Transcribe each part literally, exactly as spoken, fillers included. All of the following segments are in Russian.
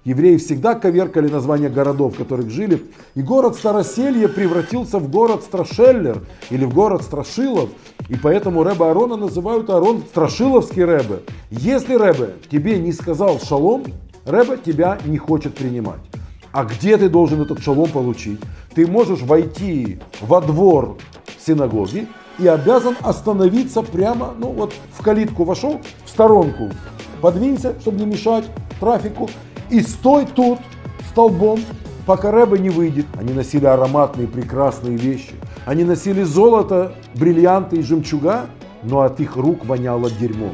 евреи всегда коверкали названия городов, в которых жили. И город Староселье превратился в город Страшеллер или в город Страшилов. И поэтому Ребе Аарона называют Аарон Страшиловский Ребе. Если Ребе тебе не сказал шалом, Ребе тебя не хочет принимать. А где ты должен этот шалом получить? Ты можешь войти во двор синагоги и обязан остановиться прямо, ну вот в калитку вошел, в сторонку, подвинься, чтобы не мешать трафику, и стой тут столбом, пока Ребе не выйдет. Они носили ароматные прекрасные вещи, они носили золото, бриллианты и жемчуга, но от их рук воняло дерьмом.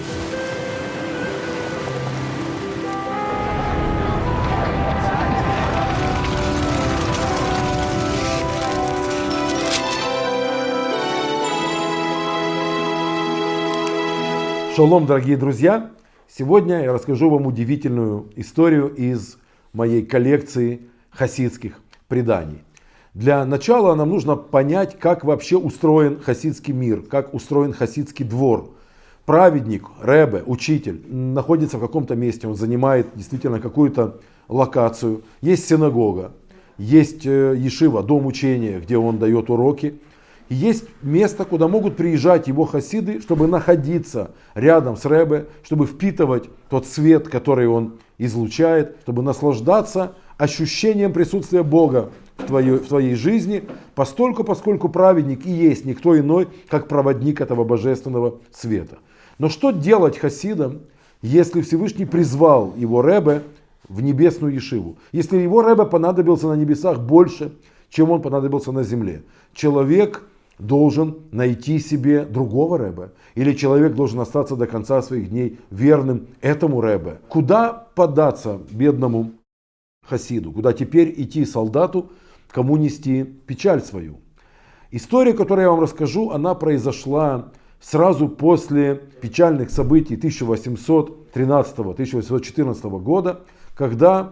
Шалом, дорогие друзья! Сегодня я расскажу вам удивительную историю из моей коллекции хасидских преданий. Для начала нам нужно понять, как вообще устроен хасидский мир, как устроен хасидский двор. Праведник, ребе, учитель находится в каком-то месте, он занимает действительно какую-то локацию. Есть синагога, есть ешива, дом учения, где он дает уроки. И есть место, куда могут приезжать его хасиды, чтобы находиться рядом с ребе, чтобы впитывать тот свет, который он излучает, чтобы наслаждаться ощущением присутствия Бога в твоей, в твоей жизни, постольку, поскольку праведник и есть никто иной, как проводник этого божественного света. Но что делать хасидам, если Всевышний призвал его ребе в небесную ешиву? Если его ребе понадобился на небесах больше, чем он понадобился на земле? Человек должен найти себе другого ребе. Или человек должен остаться до конца своих дней верным этому ребе. Куда податься бедному хасиду? Куда теперь идти солдату, кому нести печаль свою? История, которую я вам расскажу, она произошла сразу после печальных событий тысяча восемьсот тринадцатого — тысяча восемьсот четырнадцатого года, когда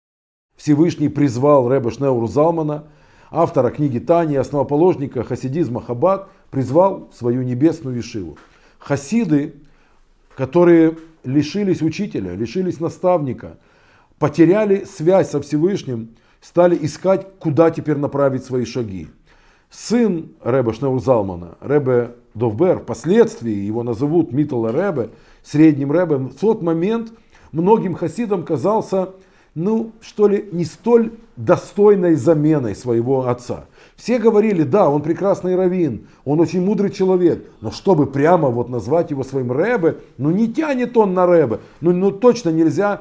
Всевышний призвал ребе Шнеура Залмана, автора книги Тани, основоположника хасидизма Хаббат, призвал в свою небесную ешиву. Хасиды, которые лишились учителя, лишились наставника, потеряли связь со Всевышним, стали искать, куда теперь направить свои шаги. Сын ребе Шнеура Залмана, ребе Довбер, впоследствии его назовут Миттл ребе, средним ребе, в тот момент многим хасидам казался, ну, что ли, не столь достойной заменой своего отца. Все говорили, да, он прекрасный раввин, он очень мудрый человек, но чтобы прямо вот назвать его своим ребе, ну не тянет он на ребе, ну, ну точно нельзя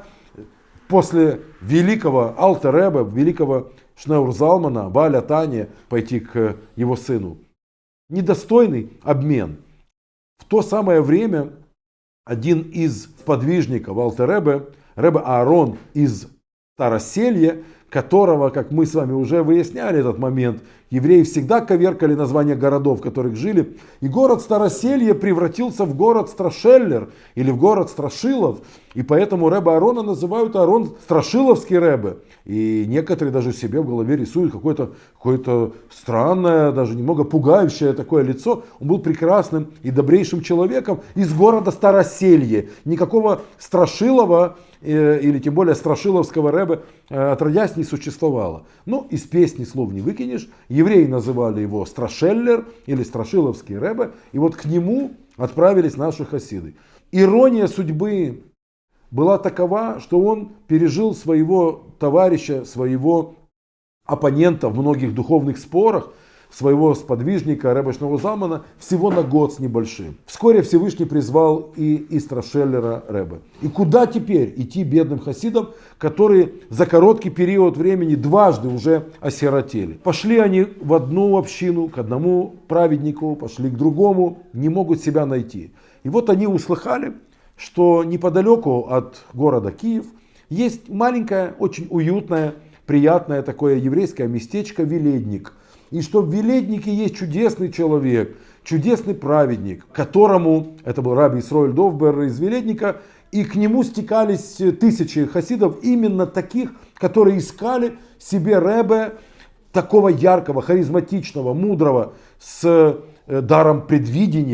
после великого Алтер ребе, великого Шнеура Залмана, Бааля Тани, пойти к его сыну. Недостойный обмен. В то самое время один из подвижников Алтер ребе, ребе Аарон из Староселья, которого, как мы с вами уже выясняли этот момент, евреи всегда коверкали названия городов, в которых жили. И город Староселье превратился в город Страшеллер или в город Страшилов. И поэтому ребе Аарона называют Аарон Страшиловский ребе. И некоторые даже себе в голове рисуют какое-то, какое-то странное, даже немного пугающее такое лицо. Он был прекрасным и добрейшим человеком из города Староселье. Никакого Страшилова или тем более Страшиловского ребе отродясь не существовало. Но из песни слов не выкинешь. Евреи называли его Страшеллер или Страшиловский ребе. И вот к нему отправились наши хасиды. Ирония судьбы была такова, что он пережил своего товарища, своего оппонента в многих духовных спорах, своего сподвижника ребе Шнеура Залмана всего на год с небольшим. Вскоре Всевышний призвал и из Страшеллера ребе. И куда теперь идти бедным хасидам, которые за короткий период времени дважды уже осиротели? Пошли они в одну общину, к одному праведнику, пошли к другому, не могут себя найти. И вот они услыхали, что неподалеку от города Киев есть маленькое, очень уютное, приятное такое еврейское местечко Веледник. И что в Веледнике есть чудесный человек, чудесный праведник, которому, это был раби Исроэль Довбер из Веледника, и к нему стекались тысячи хасидов, именно таких, которые искали себе ребе такого яркого, харизматичного, мудрого, с даром предвидения,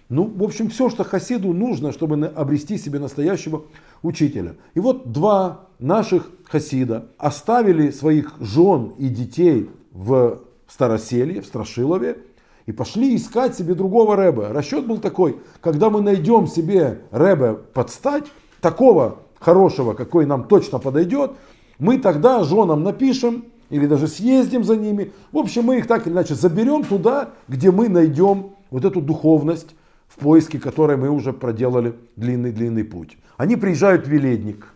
Ну, в общем, все, что хасиду нужно, чтобы обрести себе настоящего учителя. И вот два наших хасида оставили своих жен и детей в Староселье, в Страшилове, и пошли искать себе другого ребе. Расчет был такой: когда мы найдем себе ребе под стать, такого хорошего, какой нам точно подойдет, мы тогда женам напишем, или даже съездим за ними. В общем, мы их так или иначе заберем туда, где мы найдем вот эту духовность, в поиске которой мы уже проделали длинный-длинный путь. Они приезжают в Веледник.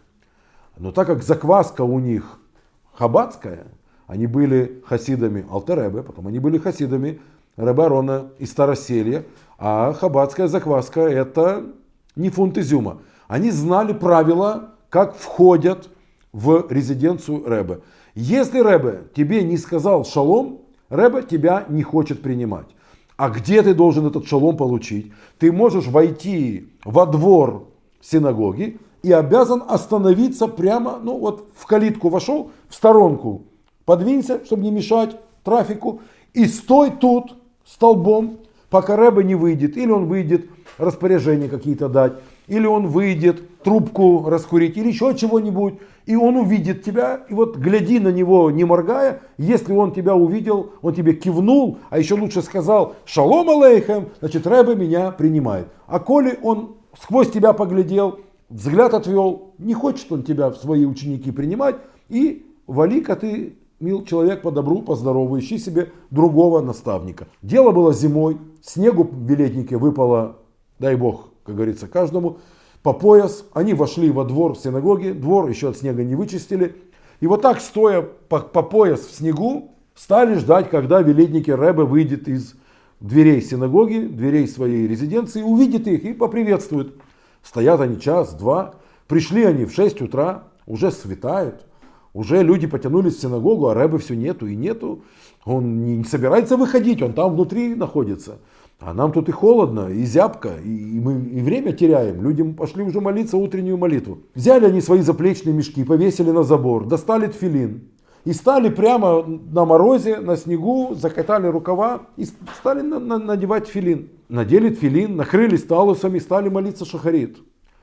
Но так как закваска у них хаббатская, они были хасидами Алтер Ребе, потом они были хасидами Ребе Арона из Староселья, а хаббатская закваска — это не фунт изюма. Они знали правила, как входят в резиденцию Ребе. Если Ребе тебе не сказал шалом, Ребе тебя не хочет принимать. А где ты должен этот шалом получить? Ты можешь войти во двор синагоги и обязан остановиться прямо, ну вот в калитку вошел, в сторонку подвинься, чтобы не мешать трафику, и стой тут столбом, пока Ребе не выйдет. Или он выйдет распоряжения какие-то дать, или он выйдет трубку раскурить, или еще чего-нибудь. И он увидит тебя, и вот гляди на него, не моргая. Если он тебя увидел, он тебе кивнул, а еще лучше сказал «Шалом алейхем», значит, Ребе меня принимает. А коли он сквозь тебя поглядел, взгляд отвел, не хочет он тебя в свои ученики принимать, и вали-ка ты, мил человек, по добру, по здорову, ищи себе другого наставника. Дело было зимой, снегу в Веледнике выпало, дай бог, как говорится, каждому, по пояс. Они вошли во двор синагоги, двор еще от снега не вычистили. И вот так, стоя по, по пояс в снегу, стали ждать, когда в Веледнике Ребе выйдет из дверей синагоги, дверей своей резиденции, увидит их и поприветствует. Стоят они час, два. Пришли они в шесть утра, уже светает. Уже люди потянулись в синагогу, а Ребе все нету и нету. Он не собирается выходить, он там внутри находится. А нам тут и холодно, и зябко, и, мы и время теряем. Люди пошли уже молиться утреннюю молитву. Взяли они свои заплечные мешки, повесили на забор, достали тфилин. И стали прямо на морозе, на снегу, закатали рукава и стали на, на, надевать тфилин. Надели тфилин, накрылись талусами, стали молиться шахарит.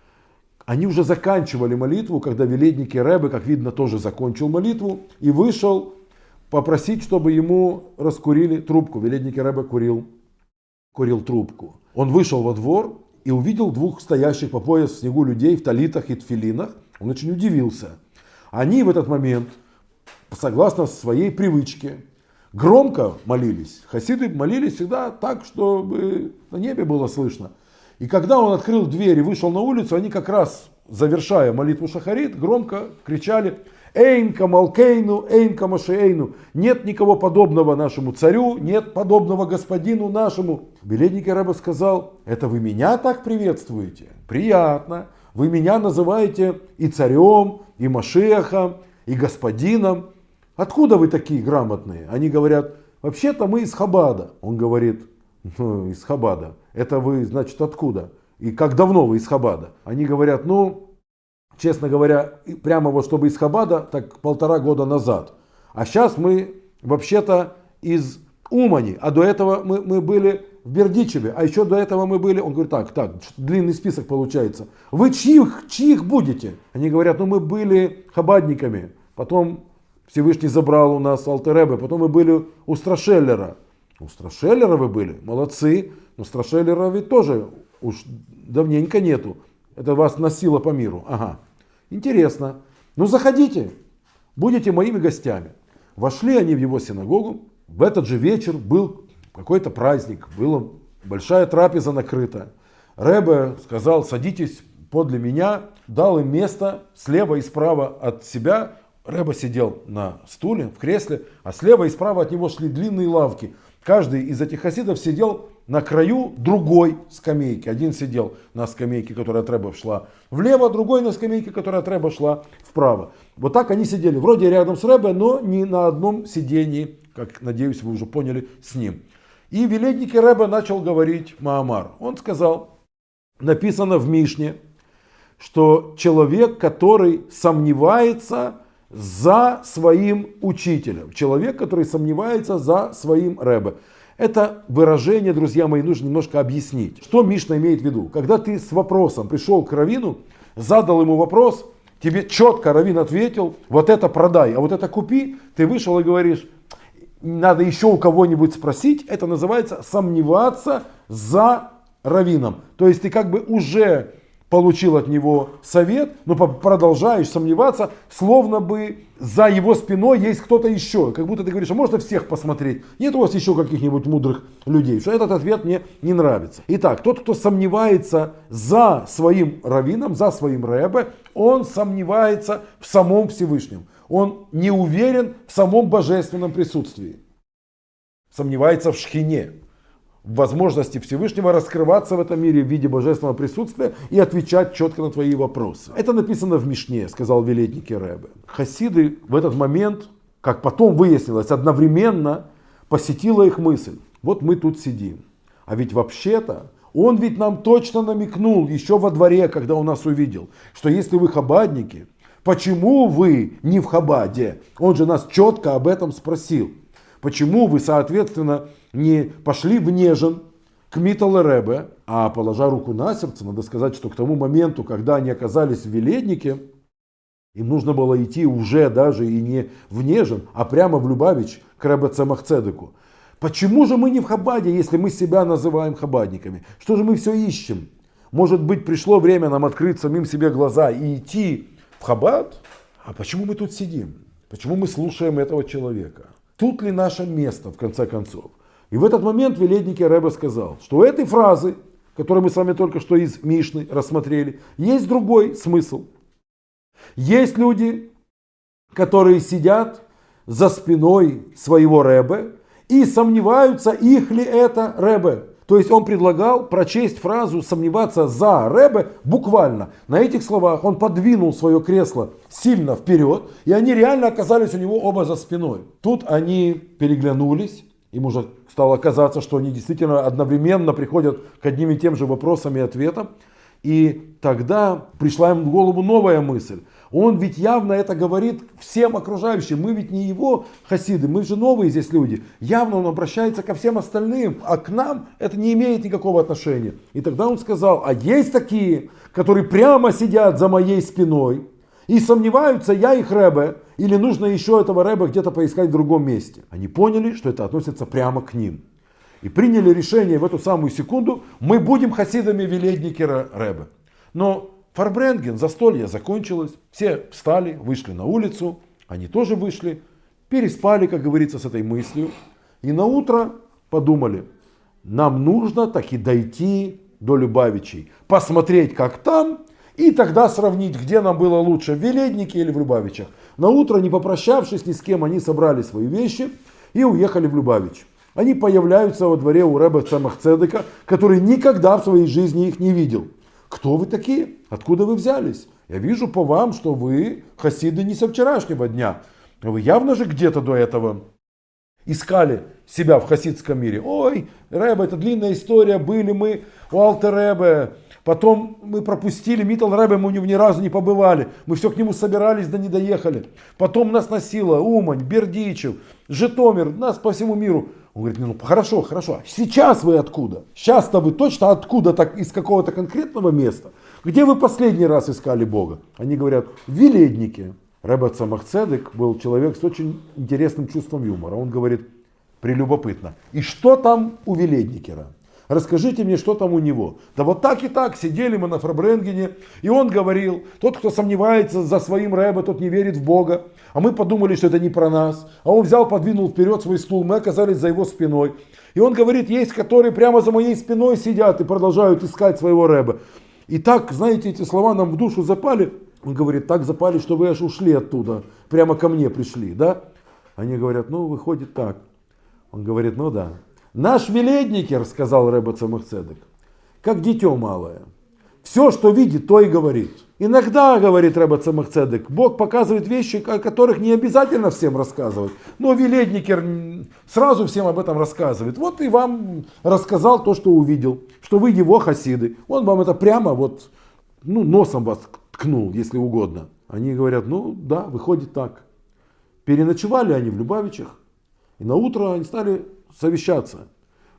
Они уже заканчивали молитву, когда в Веледнике Ребе, как видно, тоже закончил молитву и вышел попросить, чтобы ему раскурили трубку. В Веледнике Ребе курил. курил трубку. Он вышел во двор и увидел двух стоящих по пояс в снегу людей в талитах и тфилинах. Он очень удивился. Они в этот момент, согласно своей привычке, громко молились. Хасиды молились всегда так, чтобы на небе было слышно. И когда он открыл дверь и вышел на улицу, они как раз, завершая молитву шахарит, громко кричали: «Эйнка Малкейну, Эйнка Машеэйну». Нет никого подобного нашему царю, нет подобного господину нашему. В Веледнике Ребе сказал: это вы меня так приветствуете? Приятно. Вы меня называете и царем, и Машехом, и господином. Откуда вы такие грамотные? Они говорят: вообще-то мы из Хабада. Он говорит: ну, из Хабада. Это вы, значит, откуда? И как давно вы из Хабада? Они говорят: ну... Честно говоря, прямо вот чтобы из Хабада, так полтора года назад. А сейчас мы вообще-то из Умани, а до этого мы, мы были в Бердичеве, а еще до этого мы были, он говорит: так, так, длинный список получается. Вы чьих, чьих будете? Они говорят: ну мы были хабадниками, потом Всевышний забрал у нас Алтер Ребе, потом мы были у Страшеллера. У Страшеллера вы были, молодцы, но Страшеллера ведь тоже уж давненько нету. Это вас носило по миру. Ага. Интересно. Ну заходите. Будете моими гостями. Вошли они в его синагогу. В этот же вечер был какой-то праздник. Была большая трапеза накрыта. Ребе сказал: садитесь подле меня. Дал им место слева и справа от себя. Ребе сидел на стуле, в кресле. А слева и справа от него шли длинные лавки. Каждый из этих хасидов сидел на краю другой скамейки. Один сидел на скамейке, которая от Ребе шла влево, другой на скамейке, которая от Ребе шла вправо. Вот так они сидели, вроде рядом с Ребе, но не на одном сидении, как, надеюсь, вы уже поняли, с ним. И в Веледнике Ребе начал говорить Маамар. Он сказал: написано в Мишне, что человек, который сомневается за своим учителем, человек, который сомневается за своим Ребе, Это выражение, друзья мои, нужно немножко объяснить. Что Мишна имеет в виду? Когда ты с вопросом пришел к раввину, задал ему вопрос, тебе четко раввин ответил, вот это продай, а вот это купи, ты вышел и говоришь, надо еще у кого-нибудь спросить, это называется сомневаться за раввином. То есть ты как бы уже получил от него совет, но продолжаешь сомневаться, словно бы за его спиной есть кто-то еще. Как будто ты говоришь, а можно всех посмотреть? Нет у вас еще каких-нибудь мудрых людей? Что этот ответ мне не нравится. Итак, тот, кто сомневается за своим раввином, за своим ребе, он сомневается в самом Всевышнем. Он не уверен в самом божественном присутствии. Сомневается в шхине, в возможности Всевышнего раскрываться в этом мире в виде божественного присутствия и отвечать четко на твои вопросы. Это написано в Мишне, сказал велетники Ребе. Хасиды в этот момент, как потом выяснилось, одновременно посетила их мысль. Вот мы тут сидим. А ведь вообще-то он ведь нам точно намекнул еще во дворе, когда он нас увидел, что если вы хабадники, почему вы не в Хабаде? Он же нас четко об этом спросил. Почему вы, соответственно, не пошли в Нежин к Миттал Ребе, а положа руку на сердце, надо сказать, что к тому моменту, когда они оказались в Веледнике, им нужно было идти уже даже и не в Нежин, а прямо в Любавич к Ребе Цемах Цедеку. Почему же мы не в Хабаде, если мы себя называем хабадниками? Что же мы все ищем? Может быть, пришло время нам открыть самим себе глаза и идти в Хабад? А почему мы тут сидим? Почему мы слушаем этого человека? Тут ли наше место, в конце концов? И в этот момент велетники Ребе сказал, что у этой фразы, которую мы с вами только что из Мишны рассмотрели, есть другой смысл. Есть люди, которые сидят за спиной своего Ребе и сомневаются, их ли это Ребе. То есть он предлагал прочесть фразу «сомневаться за Ребе» буквально. На этих словах он подвинул свое кресло сильно вперед, и они реально оказались у него оба за спиной. Тут они переглянулись, им уже стало казаться, что они действительно одновременно приходят к одним и тем же вопросам и ответам. И тогда пришла им в голову новая мысль. Он ведь явно это говорит всем окружающим. Мы ведь не его хасиды, мы же новые здесь люди. Явно он обращается ко всем остальным, а к нам это не имеет никакого отношения. И тогда он сказал, а есть такие, которые прямо сидят за моей спиной и сомневаются, я их Ребе, или нужно еще этого Ребе где-то поискать в другом месте. Они поняли, что это относится прямо к ним. И приняли решение в эту самую секунду, мы будем хасидами велетники Ребе. Но фарбренген, застолье закончилось, все встали, вышли на улицу, они тоже вышли, переспали, как говорится, с этой мыслью. И на утро подумали, нам нужно таки дойти до Любавичей, посмотреть, как там, и тогда сравнить, где нам было лучше, в Веледнике или в Любавичах. На утро, не попрощавшись ни с кем, они собрали свои вещи и уехали в Любавич. Они появляются во дворе у Ребе Цемах Цедека, который никогда в своей жизни их не видел. Кто вы такие? Откуда вы взялись? Я вижу по вам, что вы хасиды не со вчерашнего дня. Вы явно же где-то до этого искали себя в хасидском мире. Ой, Ребе, это длинная история, были мы у Алтер Ребе, потом мы пропустили Миттал Ребе, мы у него ни разу не побывали, мы все к нему собирались, да не доехали. Потом нас носило Умань, Бердичев, Житомир, нас по всему миру. Он говорит, ну хорошо, хорошо, сейчас вы откуда? Сейчас-то вы точно откуда, так из какого-то конкретного места? Где вы последний раз искали Бога? Они говорят, в Веледнике. Ребе Цемах Цедек был человек с очень интересным чувством юмора. Он говорит, прелюбопытно, и что там у Веледникера? Расскажите мне, что там у него. Да вот так и так сидели мы на фарбренгене, и он говорил, тот, кто сомневается за своим Ребе, тот не верит в Бога. А мы подумали, что это не про нас. А он взял, подвинул вперед свой стул, мы оказались за его спиной. И он говорит, есть, которые прямо за моей спиной сидят и продолжают искать своего Ребе. И так, знаете, эти слова нам в душу запали. Он говорит, так запали, что вы аж ушли оттуда, прямо ко мне пришли, да? Они говорят, ну, выходит так. Он говорит, ну да. Наш Веледникер, сказал Ребе Цемах Цедек, как дитё малое. Все, что видит, то и говорит. Иногда, говорит Ребе Цемах Цедек, Бог показывает вещи, о которых не обязательно всем рассказывать. Но Веледникер сразу всем об этом рассказывает. Вот и вам рассказал то, что увидел, что вы его хасиды. Он вам это прямо вот, ну, носом вас ткнул, если угодно. Они говорят, ну да, выходит так. Переночевали они в Любавичах. И на утро они стали совещаться.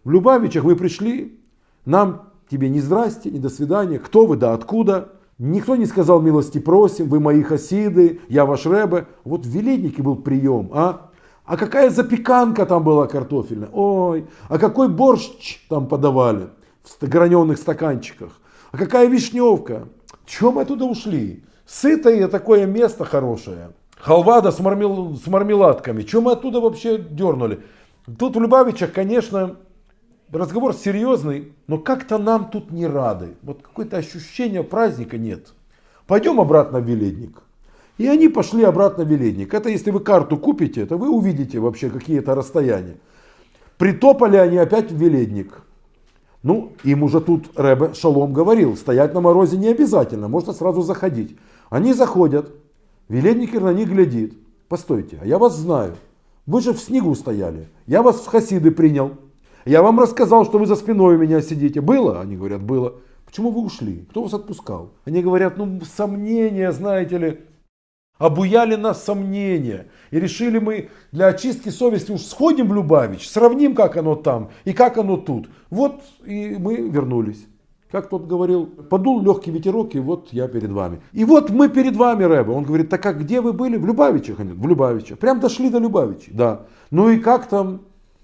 В Любавичах вы пришли, нам тебе ни здрасте, ни до свидания, кто вы, да откуда. Никто не сказал милости просим, вы мои хасиды, я ваш ребе. Вот в Веледнике был прием, а? А какая запеканка там была картофельная, ой, а какой борщ там подавали в граненых стаканчиках, а какая вишневка. Чего мы оттуда ушли? Сытое такое место хорошее. Халва да с, мармел... с мармеладками. Чего мы оттуда вообще дернули? Тут в Любавичах, конечно, разговор серьезный, но как-то нам тут не рады. Вот какое-то ощущение праздника нет. Пойдем обратно в Веледник. И они пошли обратно в Веледник. Это если вы карту купите, то вы увидите вообще какие-то расстояния. Притопали они опять в Веледник. Ну, им уже тут Ребе Шалом говорил, стоять на морозе не обязательно, можно сразу заходить. Они заходят, Веледникер на них глядит. Постойте, а я вас знаю, вы же в снегу стояли, я вас в хасиды принял, я вам рассказал, что вы за спиной у меня сидите. Было? Они говорят, было. Почему вы ушли? Кто вас отпускал? Они говорят, ну сомнения, знаете ли, обуяли нас сомнения. И решили мы для очистки совести уж сходим в Любавич, сравним, как оно там и как оно тут. Вот и мы вернулись. Как тот говорил, подул легкий ветерок, и вот я перед вами. И вот мы перед вами, Ребе. Он говорит, так а где вы были? В Любавичах? Они, в Любавичах. Прям дошли до Любавича. Да. Ну и как там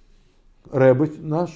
Ребе наш,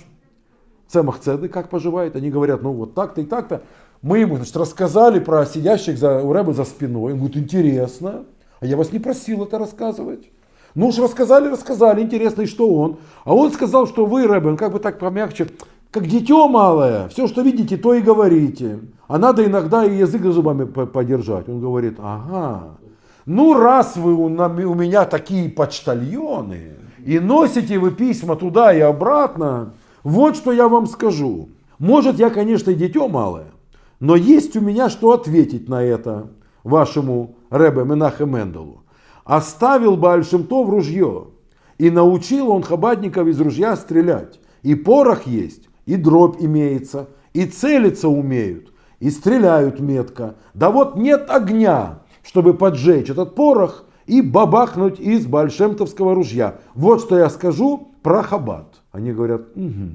Цемах Цедек, как поживает? Они говорят, ну вот так-то и так-то. Мы ему, значит, рассказали про сидящих за, у Ребе за спиной. Он говорит, интересно. А я вас не просил это рассказывать. Ну уж рассказали, рассказали. Интересно, и что он? А он сказал, что вы, Ребе, он как бы так помягче, как дитё малое. Все, что видите, то и говорите. А надо иногда и язык за зубами подержать. Он говорит, ага. Ну раз вы у, у меня такие почтальоны, и носите вы письма туда и обратно, вот что я вам скажу. Может, я, конечно, и дитё малое. Но есть у меня что ответить на это вашему Ребе Менахе Менделу. Оставил Бааль Шем Тов ружье, и научил он хабадников из ружья стрелять. И порох есть, и дробь имеется, и целиться умеют, и стреляют метко. Да вот нет огня, чтобы поджечь этот порох и бабахнуть из Бааль Шем Товского ружья. Вот что я скажу про Хабад. Они говорят, угу,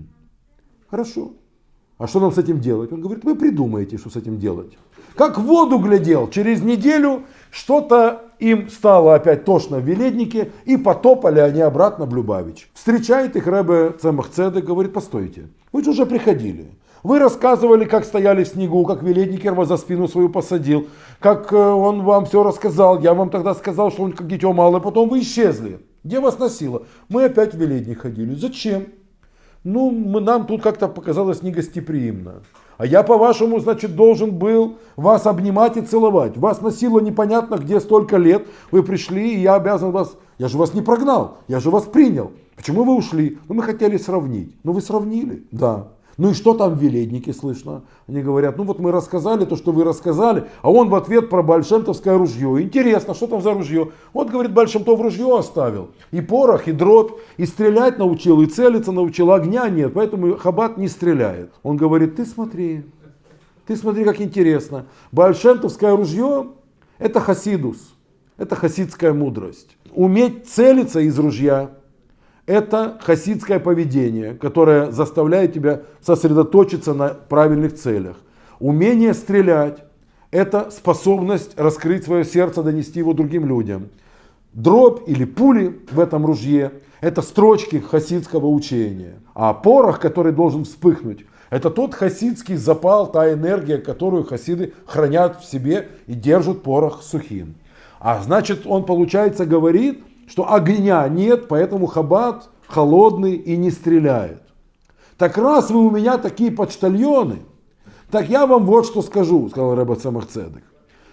хорошо. А что нам с этим делать? Он говорит, вы придумаете, что с этим делать. Как в воду глядел, через неделю что-то им стало опять тошно в Веледнике, и потопали они обратно в Любавич. Встречает их Ребе Цемах Цедек, говорит, постойте, вы же уже приходили. Вы рассказывали, как стояли в снегу, как Веледникер вас за спину свою посадил, как он вам все рассказал. Я вам тогда сказал, что он как дитё малое, потом вы исчезли. Где вас носило? Мы опять в Веледник ходили. Зачем? Ну, мы, нам тут как-то показалось негостеприимно. А я, по-вашему, значит, должен был вас обнимать и целовать. Вас носило непонятно где столько лет. Вы пришли, и я обязан вас... Я же вас не прогнал, я же вас принял. Почему вы ушли? Ну, мы хотели сравнить. Ну, вы сравнили? Да. Ну и что там в Веледнике слышно? Они говорят, ну вот мы рассказали то, что вы рассказали, а он в ответ про Бааль Шем Товское ружье. Интересно, что там за ружье? Вот, говорит, Бааль Шем Тов ружье оставил. И порох, и дробь, и стрелять научил, и целиться научил, огня нет, поэтому Хабад не стреляет. Он говорит, ты смотри, ты смотри, как интересно. Бааль Шем Товское ружье – это хасидус, это хасидская мудрость. Уметь целиться из ружья – это хасидское поведение, которое заставляет тебя сосредоточиться на правильных целях. Умение стрелять – это способность раскрыть свое сердце, донести его другим людям. Дробь или пули в этом ружье – это строчки хасидского учения. А порох, который должен вспыхнуть, это тот хасидский запал, та энергия, которую хасиды хранят в себе и держат порох сухим. А значит, он, получается, говорит, что огня нет, поэтому Хабад холодный и не стреляет. Так раз вы у меня такие почтальоны, так я вам вот что скажу, сказал Ребе Цемах Цедек.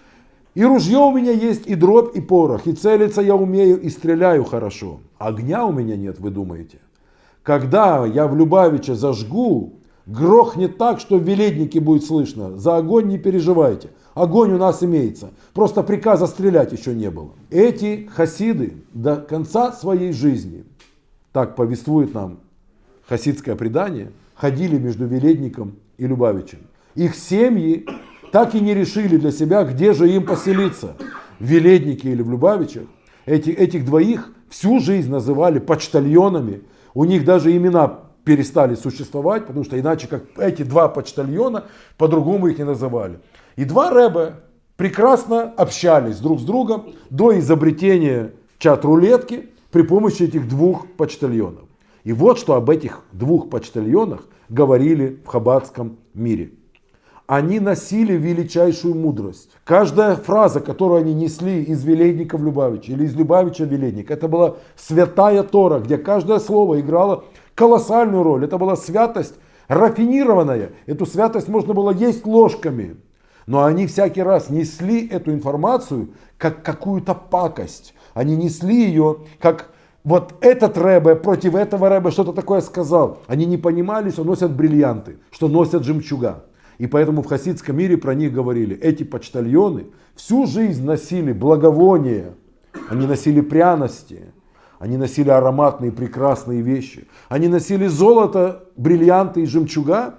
И ружье у меня есть, и дробь, и порох, и целиться я умею, и стреляю хорошо. Огня у меня нет, вы думаете? Когда я в Любавиче зажгу, грохнет так, что в Веледнике будет слышно. За огонь не переживайте. Огонь у нас имеется. Просто приказа стрелять еще не было. Эти хасиды до конца своей жизни, так повествует нам хасидское предание, ходили между Веледником и Любавичем. Их семьи так и не решили для себя, где же им поселиться. В Веледнике или в Любавичах. Эти, этих двоих всю жизнь называли почтальонами. У них даже имена перестали существовать, потому что иначе как эти два почтальона по-другому их не называли. И два рэбе прекрасно общались друг с другом до изобретения чат-рулетки при помощи этих двух почтальонов. И вот что об этих двух почтальонах говорили в хаббатском мире. Они носили величайшую мудрость. Каждая фраза, которую они несли из Вилейника в Любавича или из Любавича в Вилейник, это была святая Тора, где каждое слово играло колоссальную роль. Это была святость рафинированная. Эту святость можно было есть ложками. Но они всякий раз несли эту информацию как какую-то пакость. Они несли ее как вот этот рэбе против этого рэбе что-то такое сказал. Они не понимали, что носят бриллианты, что носят жемчуга. И поэтому в хасидском мире про них говорили, эти почтальоны всю жизнь носили благовония, они носили пряности, они носили ароматные прекрасные вещи, они носили золото, бриллианты и жемчуга,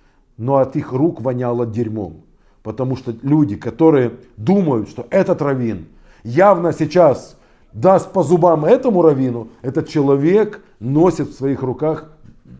но от их рук воняло дерьмом. Потому что люди, которые думают, что этот раввин явно сейчас даст по зубам этому раввину, этот человек носит в своих руках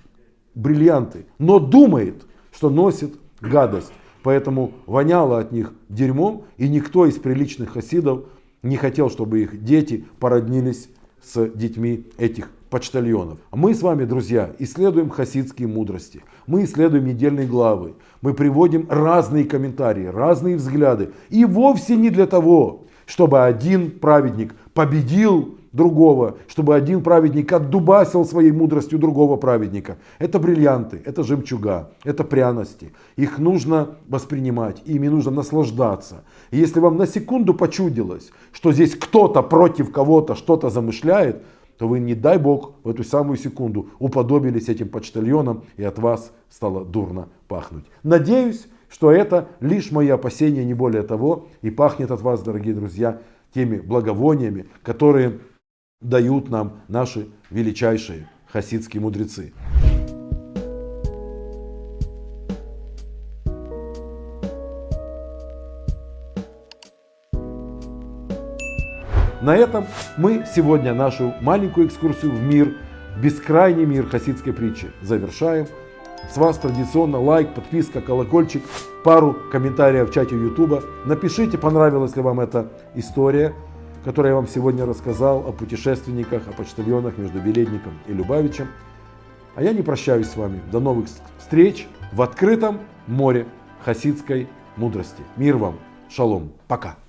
бриллианты, но думает, что носит гадость. Поэтому воняло от них дерьмом, и никто из приличных хасидов не хотел, чтобы их дети породнились с детьми этих почтальонов. А мы с вами, друзья, исследуем хасидские мудрости. Мы исследуем недельные главы. Мы приводим разные комментарии, разные взгляды. И вовсе не для того, чтобы один праведник победил другого, чтобы один праведник отдубасил своей мудростью другого праведника. Это бриллианты, это жемчуга, это пряности. Их нужно воспринимать, ими нужно наслаждаться. И если вам на секунду почудилось, что здесь кто-то против кого-то что-то замышляет, то вы, не дай бог, в эту самую секунду уподобились этим почтальонам, и от вас стало дурно пахнуть. Надеюсь, что это лишь мои опасения, не более того, и пахнет от вас, дорогие друзья, теми благовониями, которые дают нам наши величайшие хасидские мудрецы. На этом мы сегодня нашу маленькую экскурсию в мир, бескрайний мир хасидской притчи завершаем. С вас традиционно лайк, подписка, колокольчик, пару комментариев в чате Ютуба. Напишите, понравилась ли вам эта история, которую я вам сегодня рассказал о путешественниках, о почтальонах между Вилейником и Любавичем. А я не прощаюсь с вами. До новых встреч в открытом море хасидской мудрости. Мир вам. Шалом. Пока.